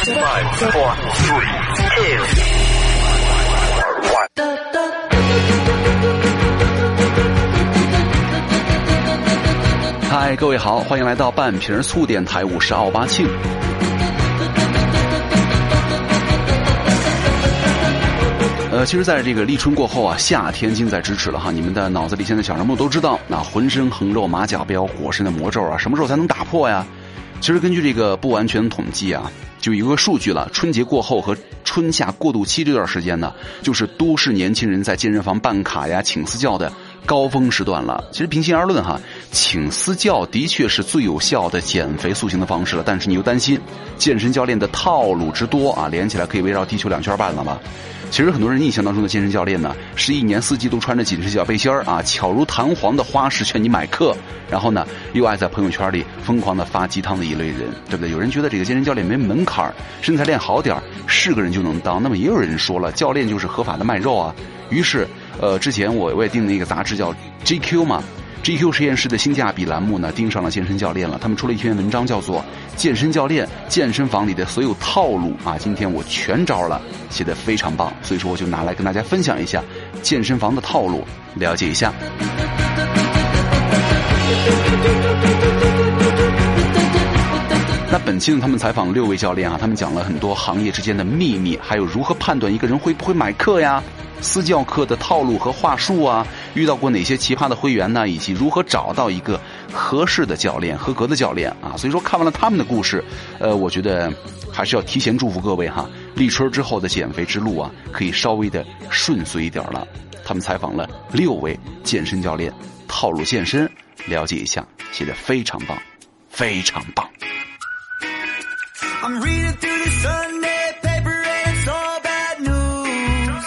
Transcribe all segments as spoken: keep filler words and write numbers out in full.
Five, four, three, two, one. 嗨，各位好，欢迎来到半瓶醋电台，我是奥巴庆。呃，其实在这个立春过后啊，夏天近在咫尺了哈。你们的脑子里现在想什么都知道，那浑身横肉马甲膘火身的魔咒啊，什么时候才能打破呀？其实根据这个不完全统计啊，就有一个数据了，春节过后和春夏过渡期这段时间呢，就是都市年轻人在健身房办卡呀、请私教的高峰时段了。其实平心而论哈，请私教的确是最有效的减肥塑形的方式了，但是你又担心健身教练的套路之多啊，连起来可以围绕地球两圈半了吧。其实很多人印象当中的健身教练呢，是一年四季都穿着紧身小背心儿啊，巧如弹簧的花式劝你买课，然后呢又爱在朋友圈里疯狂的发鸡汤的一类人，对不对？有人觉得这个健身教练没门槛，身材练好点是个人就能当，那么也有人说了，教练就是合法的卖肉啊。于是呃，之前我我也订了一个杂志叫 G Q 嘛，G Q 实验室的性价比栏目呢，盯上了健身教练了。他们出了一篇文章，叫做《健身教练健身房里的所有套路》啊。今天我全招了，写得非常棒，所以说我就拿来跟大家分享一下健身房的套路，了解一下。那本期呢，他们采访六位教练啊，他们讲了很多行业之间的秘密，还有如何判断一个人会不会买课呀。私教课的套路和话术啊，遇到过哪些奇葩的会员呢？以及如何找到一个合适的教练、合格的教练啊？所以说看完了他们的故事，呃，我觉得还是要提前祝福各位哈，立春之后的减肥之路啊，可以稍微的顺遂一点了。他们采访了六位健身教练，套路健身，了解一下，写得非常棒，非常棒。I'm reading through the Sunday paper and it's all bad news.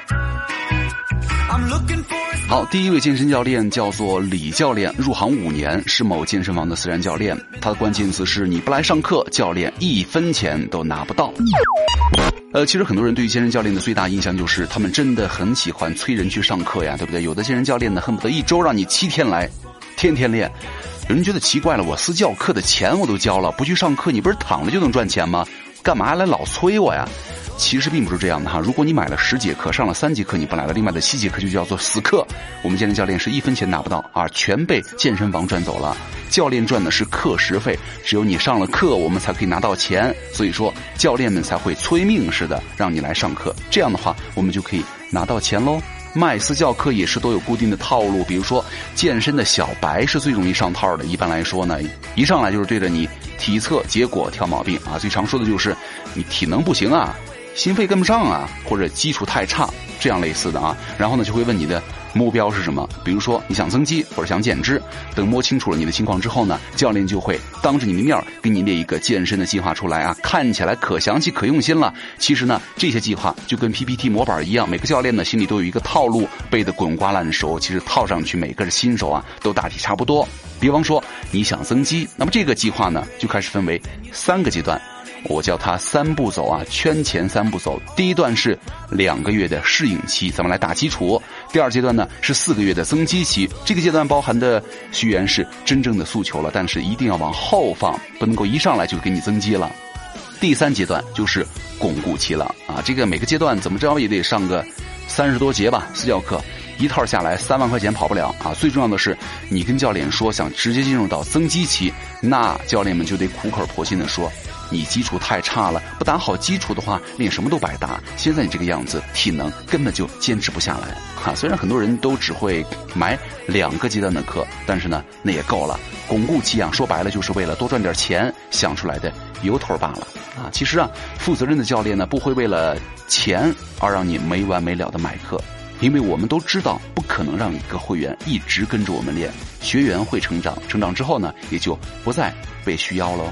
I'm looking for. 好，第一位健身教练叫做李教练，入行五年，是某健身房的私人教练。他的关键词是你不来上课，教练一分钱都拿不到。呃，其实很多人对于健身教练的最大印象就是他们真的很喜欢催人去上课呀，对不对？有的健身教练呢，恨不得一周让你七天来，天天练。有人觉得奇怪了，我私教课的钱我都交了，不去上课，你不是躺着就能赚钱吗？干嘛还来老催我呀？其实并不是这样的哈，如果你买了十节课，上了三节课你不来了，另外的七节课就叫做死课。我们健身教练是一分钱拿不到啊，全被健身房赚走了。教练赚的是课时费，只有你上了课，我们才可以拿到钱。所以说，教练们才会催命似的让你来上课，这样的话，我们就可以拿到钱喽。卖私教课也是都有固定的套路，比如说健身的小白是最容易上套的。一般来说呢，一上来就是对着你体测结果挑毛病啊。最常说的就是你体能不行啊，心肺跟不上啊，或者基础太差，这样类似的啊。然后呢，就会问你的目标是什么，比如说你想增肌或者想减脂。等摸清楚了你的情况之后呢，教练就会当着你的面给你列一个健身的计划出来啊，看起来可详细可用心了。其实呢，这些计划就跟 P P T 模板一样，每个教练呢心里都有一个套路，背得滚瓜烂熟。其实套上去每个新手啊都大体差不多。比方说你想增肌，那么这个计划呢就开始分为三个阶段。我叫它三步走啊，圈钱三步走。第一段是两个月的适应期，咱们来打基础。第二阶段呢是四个月的增肌期，这个阶段包含的学员是真正的诉求了，但是一定要往后放，不能够一上来就给你增肌了。第三阶段就是巩固期了啊，这个每个阶段怎么着也得上个三十多节吧，私教课一套下来三万块钱跑不了啊！最重要的是，你跟教练说想直接进入到增肌期，那教练们就得苦口婆心的说，你基础太差了，不打好基础的话，练什么都白搭。现在你这个样子，体能根本就坚持不下来哈。虽然很多人都只会买两个阶段的课，但是呢，那也够了。巩固期啊，说白了就是为了多赚点钱想出来的由头罢了啊。其实啊，负责任的教练呢，不会为了钱而让你没完没了的买课。因为我们都知道，不可能让一个会员一直跟着我们练，学员会成长，成长之后呢，也就不再被需要喽。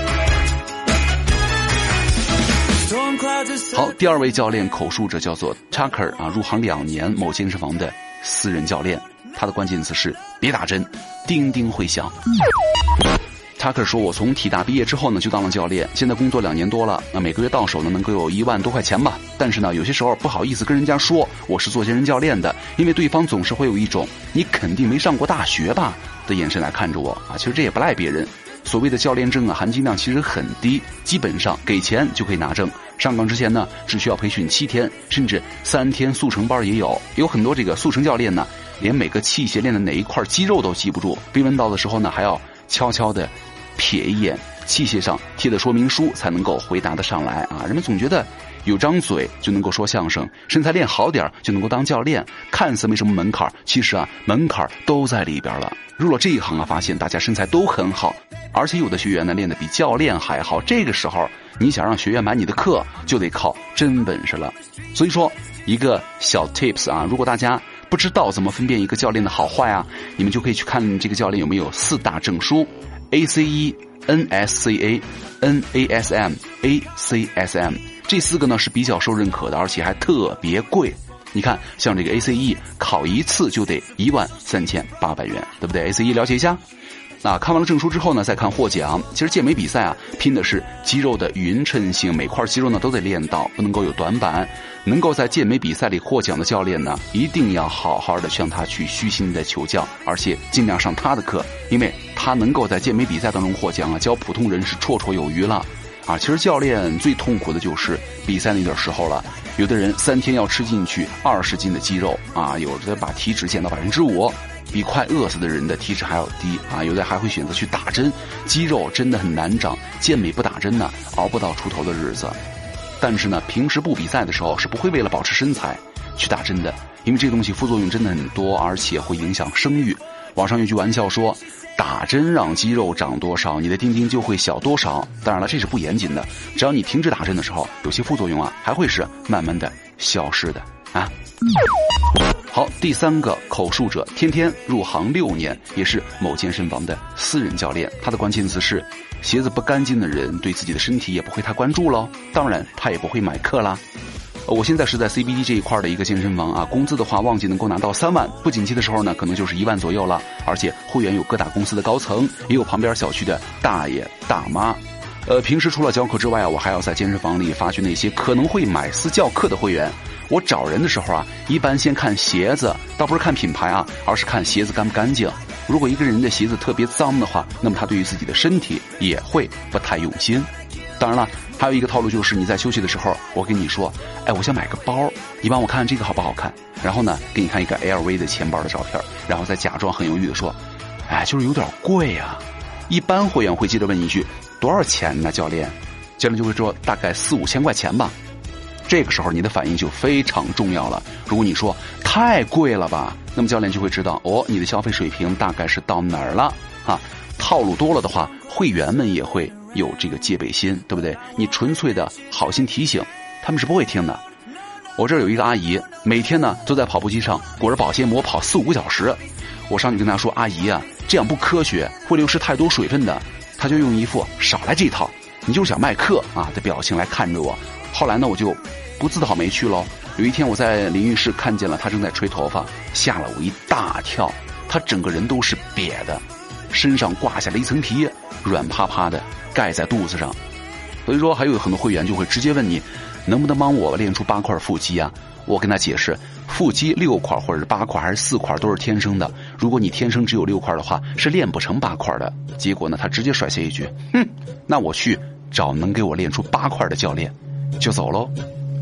好，第二位教练口述者叫做 Tucker 啊，入行两年，某健身房的私人教练，他的关键词是别打针，叮叮会响。Tucker 说，我从体大毕业之后呢，就当了教练，现在工作两年多了，那每个月到手呢能够有一万多块钱吧。但是呢，有些时候不好意思跟人家说我是做健身教练的，因为对方总是会有一种你肯定没上过大学吧的眼神来看着我啊。其实这也不赖别人， 所谓的教练证啊，含金量其实很低，基本上给钱就可以拿证。上岗之前呢，只需要培训七天，甚至三天速成班也有。有很多这个速成教练呢，连每个器械练的哪一块肌肉都记不住，被问到的时候呢，还要悄悄的瞥一眼器械上贴的说明书，才能够回答得上来啊！人们总觉得有张嘴就能够说相声，身材练好点就能够当教练，看似没什么门槛，其实啊，门槛都在里边了。入了这一行啊，发现大家身材都很好，而且有的学员呢练得比教练还好。这个时候，你想让学员买你的课，就得靠真本事了。所以说，一个小 tips 啊，如果大家不知道怎么分辨一个教练的好坏啊，你们就可以去看这个教练有没有四大证书 ：A C E、N S C A、N A S M、A C S M。这四个呢是比较受认可的，而且还特别贵。你看，像这个 A C E 考一次就得一万三千八百元，对不对 ？A C E 了解一下。那看完了证书之后呢，再看获奖。其实健美比赛啊，拼的是肌肉的匀称性，每块肌肉呢都得练到，不能够有短板。能够在健美比赛里获奖的教练呢，一定要好好的向他去虚心的求教，而且尽量上他的课，因为他能够在健美比赛当中获奖啊，教普通人是绰绰有余了。啊，其实教练最痛苦的就是比赛那点时候了。有的人三天要吃进去二十斤的肌肉啊，有的把体脂减到百分之五，比快饿死的人的体脂还要低啊。有的还会选择去打针，肌肉真的很难长，健美不打针呢，熬不到出头的日子。但是呢，平时不比赛的时候是不会为了保持身材去打针的，因为这东西副作用真的很多，而且会影响生育。网上有句玩笑说，打针让肌肉长多少，你的丁丁就会小多少。当然了，这是不严谨的，只要你停止打针的时候，有些副作用啊还会是慢慢的消失的啊。好，第三个口述者天天入行六年，也是某健身房的私人教练。他的关键词是鞋子不干净的人对自己的身体也不会太关注咯，当然他也不会买课啦。我现在是在 C B D 这一块的一个健身房啊，工资的话旺季能够拿到三万，不景气的时候呢可能就是一万左右了。而且会员有各大公司的高层，也有旁边小区的大爷大妈。呃，平时除了教课之外啊，我还要在健身房里发掘那些可能会买私教课的会员。我找人的时候啊，一般先看鞋子，倒不是看品牌啊，而是看鞋子干不干净。如果一个人的鞋子特别脏的话，那么他对于自己的身体也会不太用心。当然了，还有一个套路就是你在休息的时候，我跟你说，哎，我想买个包，你帮我看这个好不好看？然后呢，给你看一个 L V 的钱包的照片，然后再假装很犹豫的说，哎，就是有点贵啊。一般会员会接着问一句，多少钱呢，教练？教练就会说大概四五千块钱吧。这个时候你的反应就非常重要了。如果你说太贵了吧，那么教练就会知道哦，你的消费水平大概是到哪儿了啊。套路多了的话，会员们也会有这个戒备心，对不对？你纯粹的好心提醒，他们是不会听的。我这儿有一个阿姨，每天呢都在跑步机上裹着保鲜膜跑四五个小时。我上去跟她说，阿姨啊，这样不科学，会流失太多水分的。她就用一副少来这套，你就是想卖课啊的表情来看着我。后来呢，我就不自讨没趣喽。有一天我在淋浴室看见了她正在吹头发，吓了我一大跳。她整个人都是瘪的，身上挂下了一层皮，软趴趴的盖在肚子上。所以说还有很多会员就会直接问你，能不能帮我练出八块腹肌啊？我跟他解释，腹肌六块或者是八块还是四块都是天生的，如果你天生只有六块的话，是练不成八块的。结果呢，他直接甩下一句，哼，那我去找能给我练出八块的教练，就走喽。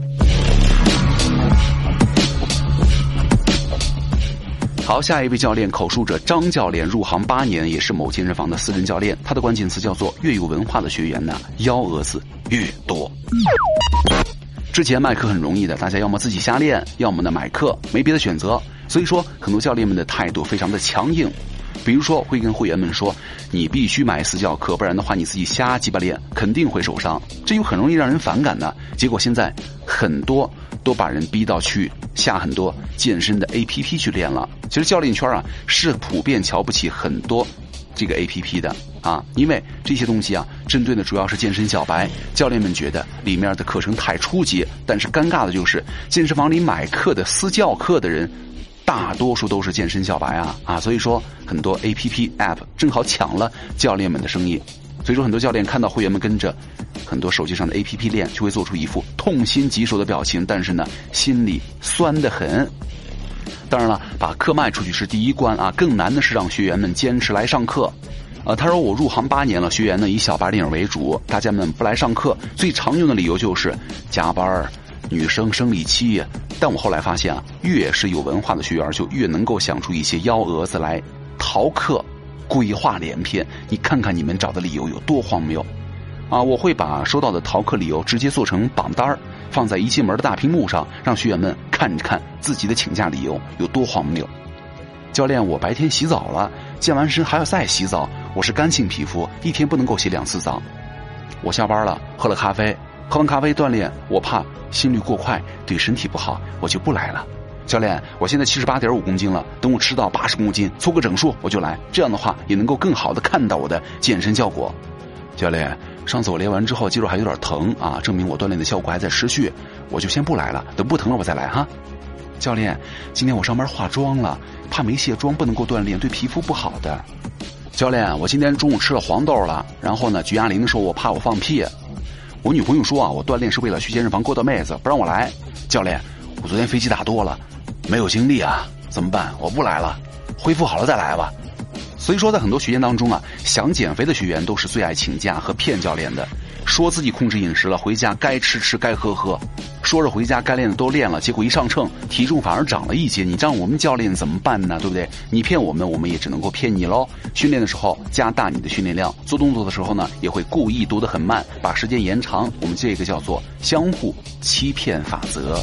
好，下一位教练口述者张教练入行八年，也是某健身房的私人教练。他的关键词叫做越有文化的学员呢，幺蛾子越多。之前卖课很容易的，大家要么自己瞎练，要么呢买课，没别的选择。所以说很多教练们的态度非常的强硬，比如说会跟会员们说，你必须买私教课，不然的话你自己瞎鸡巴练肯定会受伤，这就很容易让人反感的。结果现在很多都把人逼到去下很多健身的 A P P 去练了。其实教练圈啊是普遍瞧不起很多这个 A P P 的啊，因为这些东西啊针对的主要是健身小白，教练们觉得里面的课程太初级。但是尴尬的就是健身房里买课的私教课的人大多数都是健身小白啊啊，所以说很多 A P P App 正好抢了教练们的生意。所以说很多教练看到会员们跟着很多手机上的 A P P 练，就会做出一副痛心疾首的表情，但是呢心里酸得很。当然了，把课卖出去是第一关啊，更难的是让学员们坚持来上课。 呃，他说我入行八年了，学员呢以小白领为主，大家们不来上课，最常用的理由就是加班、女生生理期。但我后来发现啊，越是有文化的学员，就越能够想出一些幺蛾子来逃课，鬼话连篇。你看看你们找的理由有多荒谬啊！我会把收到的逃课理由直接做成榜单，放在一进门的大屏幕上，让学员们看一看自己的请假理由有多荒谬。教练，我白天洗澡了，健完身还要再洗澡，我是干性皮肤，一天不能够洗两次澡。我下班了，喝了咖啡，喝完咖啡锻炼，我怕心率过快对身体不好，我就不来了。教练，我现在七十八点五公斤了，等我吃到八十公斤，凑个整数我就来，这样的话也能够更好的看到我的健身效果。教练，上次我练完之后肌肉还有点疼啊，证明我锻炼的效果还在持续，我就先不来了，等不疼了我再来哈。教练，今天我上班化妆了，怕没卸妆不能够锻炼，对皮肤不好的。教练，我今天中午吃了黄豆了，然后呢举哑铃的时候我怕我放屁。我女朋友说啊，我锻炼是为了去健身房勾搭妹子，不让我来。教练，我昨天飞机打多了，没有精力啊，怎么办？我不来了，恢复好了再来吧。所以说在很多学员当中啊，想减肥的学员都是最爱请假和骗教练的，说自己控制饮食了，回家该吃吃该喝喝，说着回家该练的都练了，结果一上秤体重反而长了一截，你让我们教练怎么办呢？对不对？你骗我们，我们也只能够骗你喽。训练的时候加大你的训练量，做动作的时候呢也会故意读得很慢，把时间延长，我们这个叫做相互欺骗法则。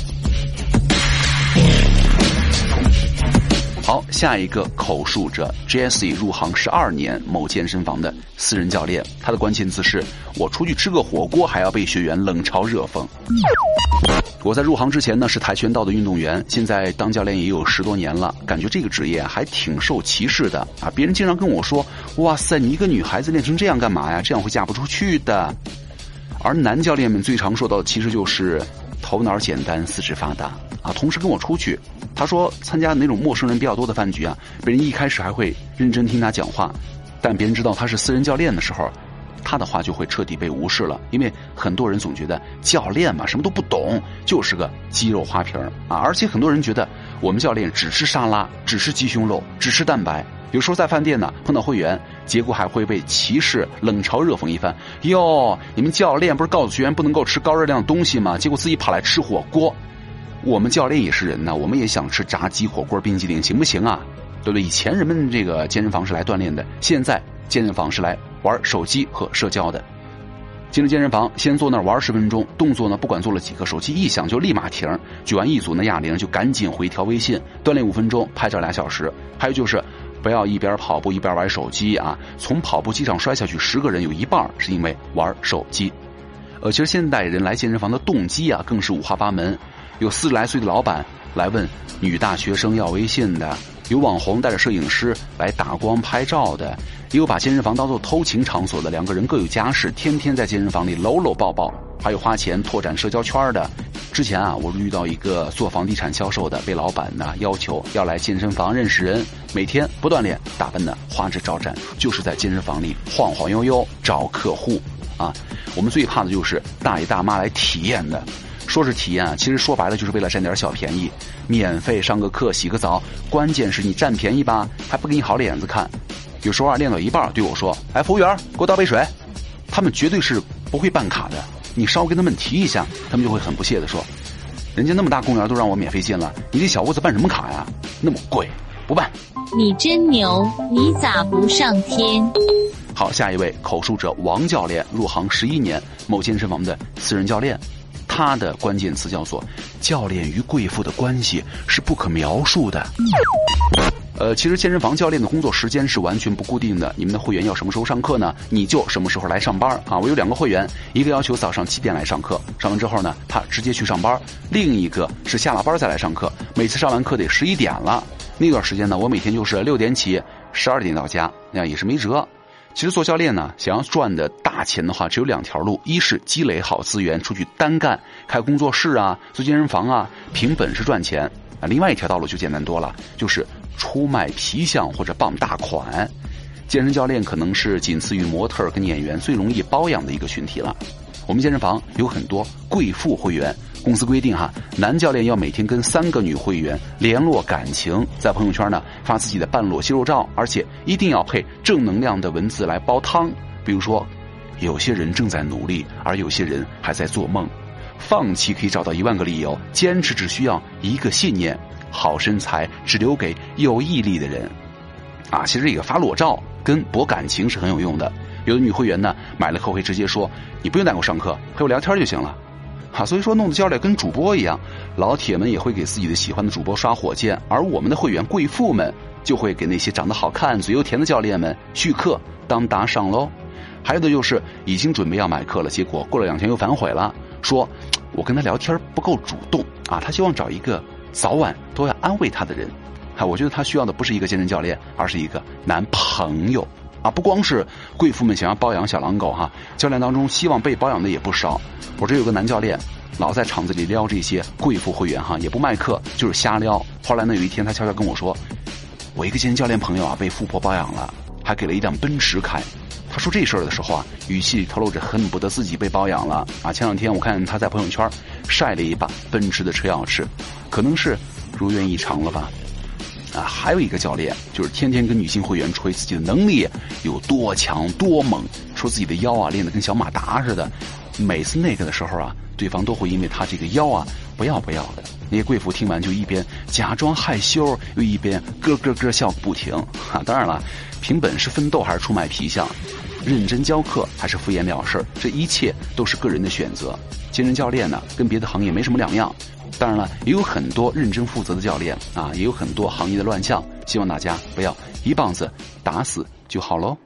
好，下一个口述者 Jessie 入行十二年，某健身房的私人教练，他的关键词是我出去吃个火锅还要被学员冷嘲热讽。我在入行之前呢是跆拳道的运动员，现在当教练也有十多年了，感觉这个职业还挺受歧视的啊！别人经常跟我说，哇塞，你一个女孩子练成这样干嘛呀？这样会嫁不出去的。而男教练们最常受到的歧视就是头脑简单四肢发达啊。同时跟我出去，他说参加那种陌生人比较多的饭局啊，别人一开始还会认真听他讲话，但别人知道他是私人教练的时候，他的话就会彻底被无视了。因为很多人总觉得教练嘛什么都不懂，就是个肌肉花瓶啊。而且很多人觉得我们教练只吃沙拉，只吃鸡胸肉，只吃蛋白。有时候在饭店呢碰到会员，结果还会被歧视冷嘲热讽一番。哟，你们教练不是告诉学员不能够吃高热量的东西吗？结果自己跑来吃火锅。我们教练也是人呢，我们也想吃炸鸡、火锅、冰激凌，行不行啊？对不对？以前人们这个健身房是来锻炼的，现在健身房是来玩手机和社交的。进了健身房，先坐那儿玩十分钟，动作呢不管做了几个，手机一响就立马停，举完一组呢哑铃就赶紧回调微信，锻炼五分钟，拍照俩小时。还有就是不要一边跑步一边玩手机啊！从跑步机上摔下去十个人有一半是因为玩手机。呃，其实现代人来健身房的动机啊更是五花八门，有四十来岁的老板来问女大学生要微信的，有网红带着摄影师来打光拍照的，也有把健身房当作偷情场所的，两个人各有家室，天天在健身房里搂搂抱抱，还有花钱拓展社交圈的。之前啊，我遇到一个做房地产销售的，被老板呢要求要来健身房认识人，每天不锻炼，打扮的花枝招展，就是在健身房里晃晃悠悠找客户啊。我们最怕的就是大爷大妈来体验的，说是体验啊，其实说白了就是为了占点小便宜，免费上个课洗个澡，关键是你占便宜吧，还不给你好脸子看。有时候啊练到一半对我说，哎，服务员给我倒杯水。他们绝对是不会办卡的，你稍微跟他们提一下，他们就会很不屑的说，人家那么大公园都让我免费进了，你这小屋子办什么卡呀？那么贵，不办。 你真牛，你咋不上天？ 好，下一位口述者王教练，入行十一年，某健身房的私人教练。他的关键词叫做教练与贵妇的关系是不可描述的。呃，其实健身房教练的工作时间是完全不固定的，你们的会员要什么时候上课呢，你就什么时候来上班啊。我有两个会员，一个要求早上七点来上课，上完之后呢他直接去上班，另一个是下了班再来上课，每次上完课得十一点了。那段时间呢我每天就是六点起十二点到家，那样也是没辙。其实做教练呢，想要赚的大钱的话，只有两条路：一是积累好资源，出去单干，开工作室啊，做健身房啊，凭本事赚钱啊；另外一条道路就简单多了，就是出卖皮相或者傍大款。健身教练可能是仅次于模特跟演员最容易包养的一个群体了。 我们健身房有很多贵妇会员，公司规定哈，男教练要每天跟三个女会员联络感情，在朋友圈呢发自己的半裸肌肉照，而且一定要配正能量的文字来煲汤。比如说，有些人正在努力，而有些人还在做梦。放弃可以找到一万个理由，坚持只需要一个信念。好身材只留给有毅力的人。啊，其实这个发裸照跟博感情是很有用的。有的女会员呢买了课会直接说，你不用带我上课，陪我聊天就行了。啊，所以说弄得教练跟主播一样，老铁们也会给自己的喜欢的主播刷火箭，而我们的会员贵妇们就会给那些长得好看、嘴又甜的教练们续课当打赏喽。还有的就是已经准备要买课了，结果过了两天又反悔了，说我跟他聊天不够主动啊，他希望找一个早晚都要安慰他的人。啊，我觉得他需要的不是一个健身教练，而是一个男朋友啊！不光是贵妇们想要包养小狼狗哈，教练当中希望被包养的也不少。我这有个男教练，老在场子里撩这些贵妇会员哈，也不卖课，就是瞎撩。后来呢，有一天他悄悄跟我说，我一个健身教练朋友啊被富婆包养了，还给了一辆奔驰开。他说这事儿的时候啊，语气里透露着恨不得自己被包养了啊！前两天我看他在朋友圈晒了一把奔驰的车钥匙，可能是如愿以偿了吧。啊，还有一个教练，就是天天跟女性会员吹自己的能力有多强多猛，说自己的腰啊练得跟小马达似的。每次那个的时候啊，对方都会因为他这个腰啊不要不要的。那些贵妇听完就一边假装害羞，又一边咯咯咯笑个不停。啊，当然了，凭本事奋斗还是出卖皮相，认真教课还是敷衍了事，这一切都是个人的选择。健身教练呢，跟别的行业没什么两样。当然了，也有很多认真负责的教练啊，也有很多行业的乱象，希望大家不要一棒子打死就好喽。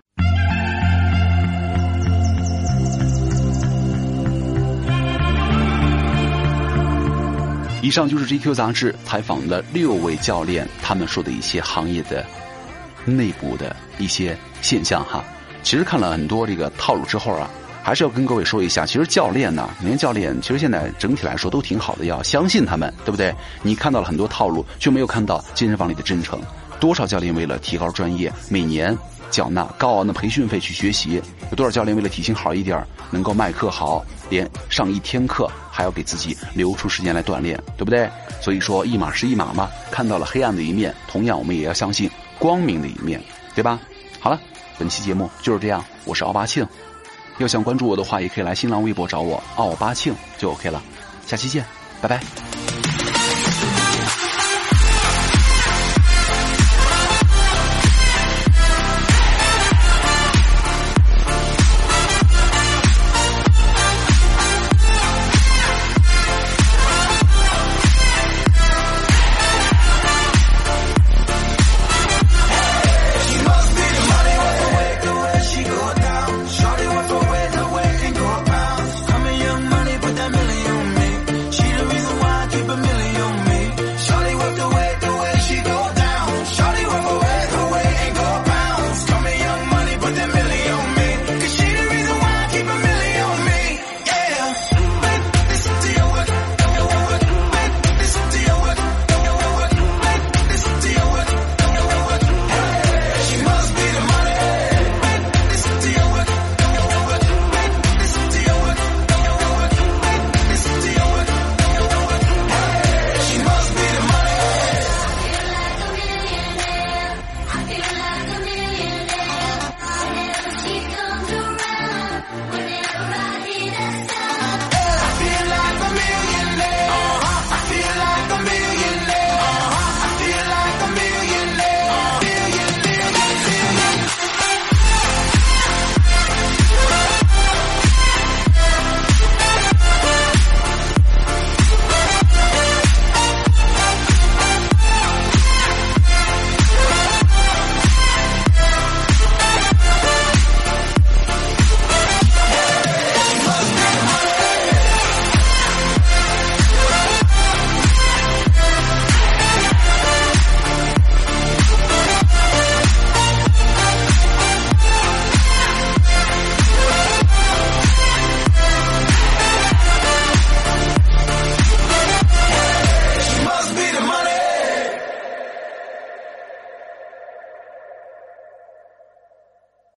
以上就是 G Q 杂志采访的六位教练，他们说的一些行业的内部的一些现象哈。其实看了很多这个套路之后啊，还是要跟各位说一下，其实教练呢，那些教练其实现在整体来说都挺好的，要相信他们，对不对？你看到了很多套路，却没有看到健身房里的真诚。多少教练为了提高专业，每年缴纳高昂的培训费去学习？有多少教练为了体型好一点，能够卖课好，连上一天课还要给自己留出时间来锻炼，对不对？所以说一码是一码嘛，看到了黑暗的一面，同样我们也要相信光明的一面，对吧？好了，本期节目就是这样，我是奥巴庆。要想关注我的话，也可以来新浪微博找我奥巴庆就 OK 了。下期见，拜拜。